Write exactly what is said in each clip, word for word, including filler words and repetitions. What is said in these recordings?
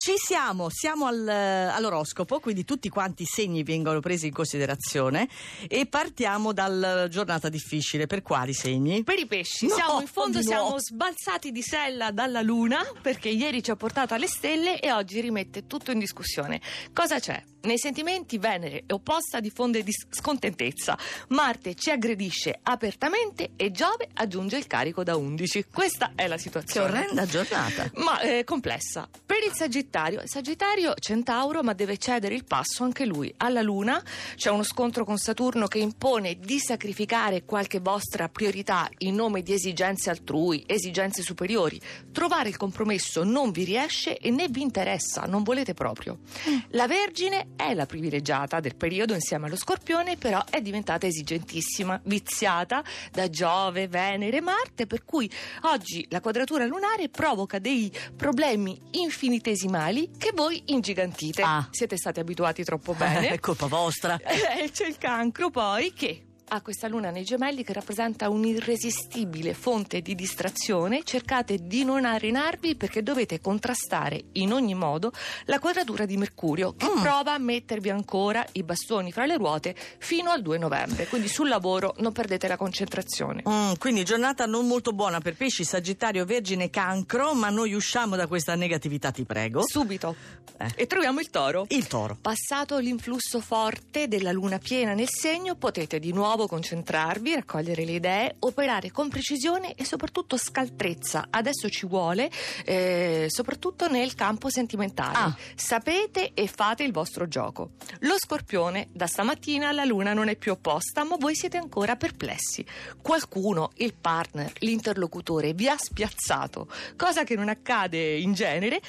Ci siamo, siamo al, all'oroscopo, quindi tutti quanti i segni vengono presi in considerazione e partiamo dalla giornata difficile. Per quali segni? Per i pesci. No, siamo in fondo, di siamo nuovo. sbalzati di sella dalla luna, perché ieri ci ha portato alle stelle e oggi rimette tutto in discussione. Cosa c'è? Nei sentimenti Venere è opposta, diffonde dis- scontentezza, Marte ci aggredisce apertamente e Giove aggiunge il carico da undici. Questa è la Che situazione. orrenda giornata. Ma eh, complessa. Per il Sagittario, Sagittario Centauro, ma deve cedere il passo anche lui alla Luna. C'è uno scontro con Saturno che impone di sacrificare qualche vostra priorità in nome di esigenze altrui, esigenze superiori. Trovare il compromesso non vi riesce e né vi interessa, non volete proprio. La Vergine è la privilegiata del periodo insieme allo Scorpione, però è diventata esigentissima, viziata da Giove, Venere e Marte, per cui oggi la quadratura lunare provoca dei problemi infinitesimali che voi ingigantite. Ah. Siete stati abituati troppo bene. È colpa vostra. Eh, c'è il Cancro poi che ha questa luna nei Gemelli che rappresenta un'irresistibile fonte di distrazione. Cercate di non arenarvi perché dovete contrastare in ogni modo la quadratura di Mercurio che Mm. prova a mettervi ancora i bastoni fra le ruote fino al due novembre, quindi sul lavoro non perdete la concentrazione. Mm, quindi giornata non molto buona per pesci, Sagittario, Vergine, Cancro, ma noi usciamo da questa negatività, ti prego. Subito. Eh. E troviamo il Toro. Il Toro. Passato l'influsso forte della luna piena nel segno, potete di nuovo concentrarvi, raccogliere le idee, operare con precisione e soprattutto scaltrezza. Adesso ci vuole, eh, soprattutto nel campo sentimentale. Ah. Sapete e fate il vostro gioco. Lo Scorpione, da stamattina la luna non è più opposta, ma voi siete ancora perplessi. Qualcuno, il partner, l'interlocutore, vi ha spiazzato, cosa che non accade in genere.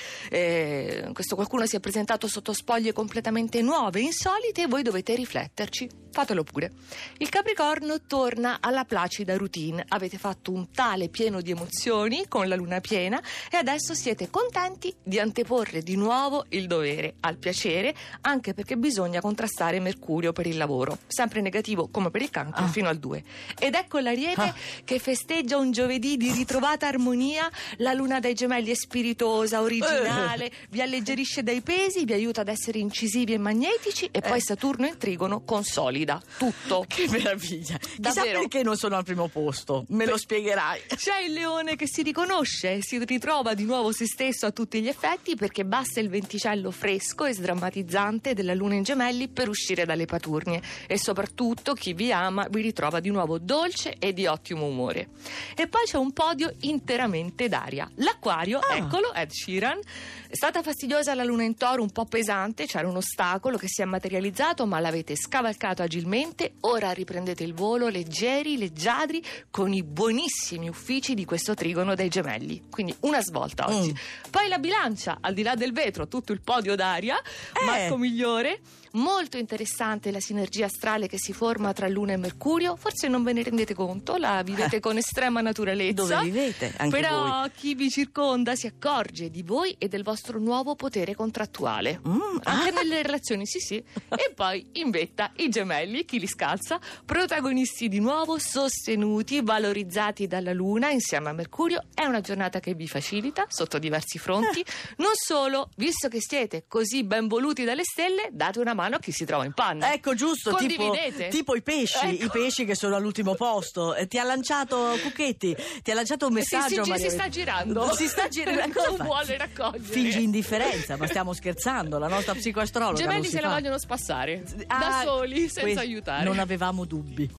Eh, questo qualcuno si è presentato sotto spoglie completamente nuove, insolite, e voi dovete rifletterci. Fatelo pure. Il Capricorno torna alla placida routine. Avete fatto un tale pieno di emozioni con la luna piena e adesso siete contenti di anteporre di nuovo il dovere al piacere, anche perché bisogna contrastare Mercurio per il lavoro, sempre negativo come per il Cancro, Ah. fino al due. Ed ecco l'Ariete Ah. che festeggia un giovedì di ritrovata armonia. La luna dai Gemelli è spiritosa, originale, Eh. vi alleggerisce dai pesi, vi aiuta ad essere incisivi e magnetici e poi Eh. Saturno in Trigono consolida tutto. Che meraviglia. Chissà Davvero. perché non sono al primo posto, me lo spiegherai. C'è il Leone che si riconosce, si ritrova di nuovo se stesso a tutti gli effetti, perché basta il venticello fresco e sdrammatizzante della luna in Gemelli per uscire dalle paturnie, e soprattutto chi vi ama vi ritrova di nuovo dolce e di ottimo umore. E poi c'è un podio interamente d'aria. L'Acquario, Ah. eccolo, Ed Sheeran. È stata fastidiosa la luna in Toro, un po' pesante, c'era un ostacolo che si è materializzato, ma l'avete scavalcato agilmente. Ora riprendete il volo leggeri, leggiadri, con i buonissimi uffici di questo Trigono dei Gemelli. Quindi una svolta oggi. Mm. Poi la Bilancia, al di là del vetro, tutto il podio d'aria. Eh. Marco Migliore. Molto interessante la sinergia astrale che si forma tra Luna e Mercurio. Forse non ve ne rendete conto, la vivete Eh. con estrema naturalezza. Dove vivete? Anche Però voi. chi vi circonda si accorge di voi e del vostro nuovo potere contrattuale. Mm, Anche ah. nelle relazioni, sì sì. E poi in vetta i Gemelli, chi li scalza, protagonisti di nuovo, sostenuti, valorizzati dalla Luna insieme a Mercurio. È una giornata che vi facilita sotto diversi fronti. Non solo, visto che siete così ben voluti dalle stelle, date una mano a chi si trova in panna. Ecco, giusto, tipo, Condividete. tipo i pesci, Ecco. i pesci che sono all'ultimo posto. Eh, Ti ha lanciato Cucchetti, ti ha lanciato un Si, messaggio. si, Maria- si sta girando. Si sta girando. Cosa Non fa? vuole raccogliere. Fingi indifferenza, ma stiamo scherzando. La nostra psicoastrologa Gemelli non si se la fa. vogliono spassare da Ah, soli, senza que- aiutare. Non avevamo dubbi.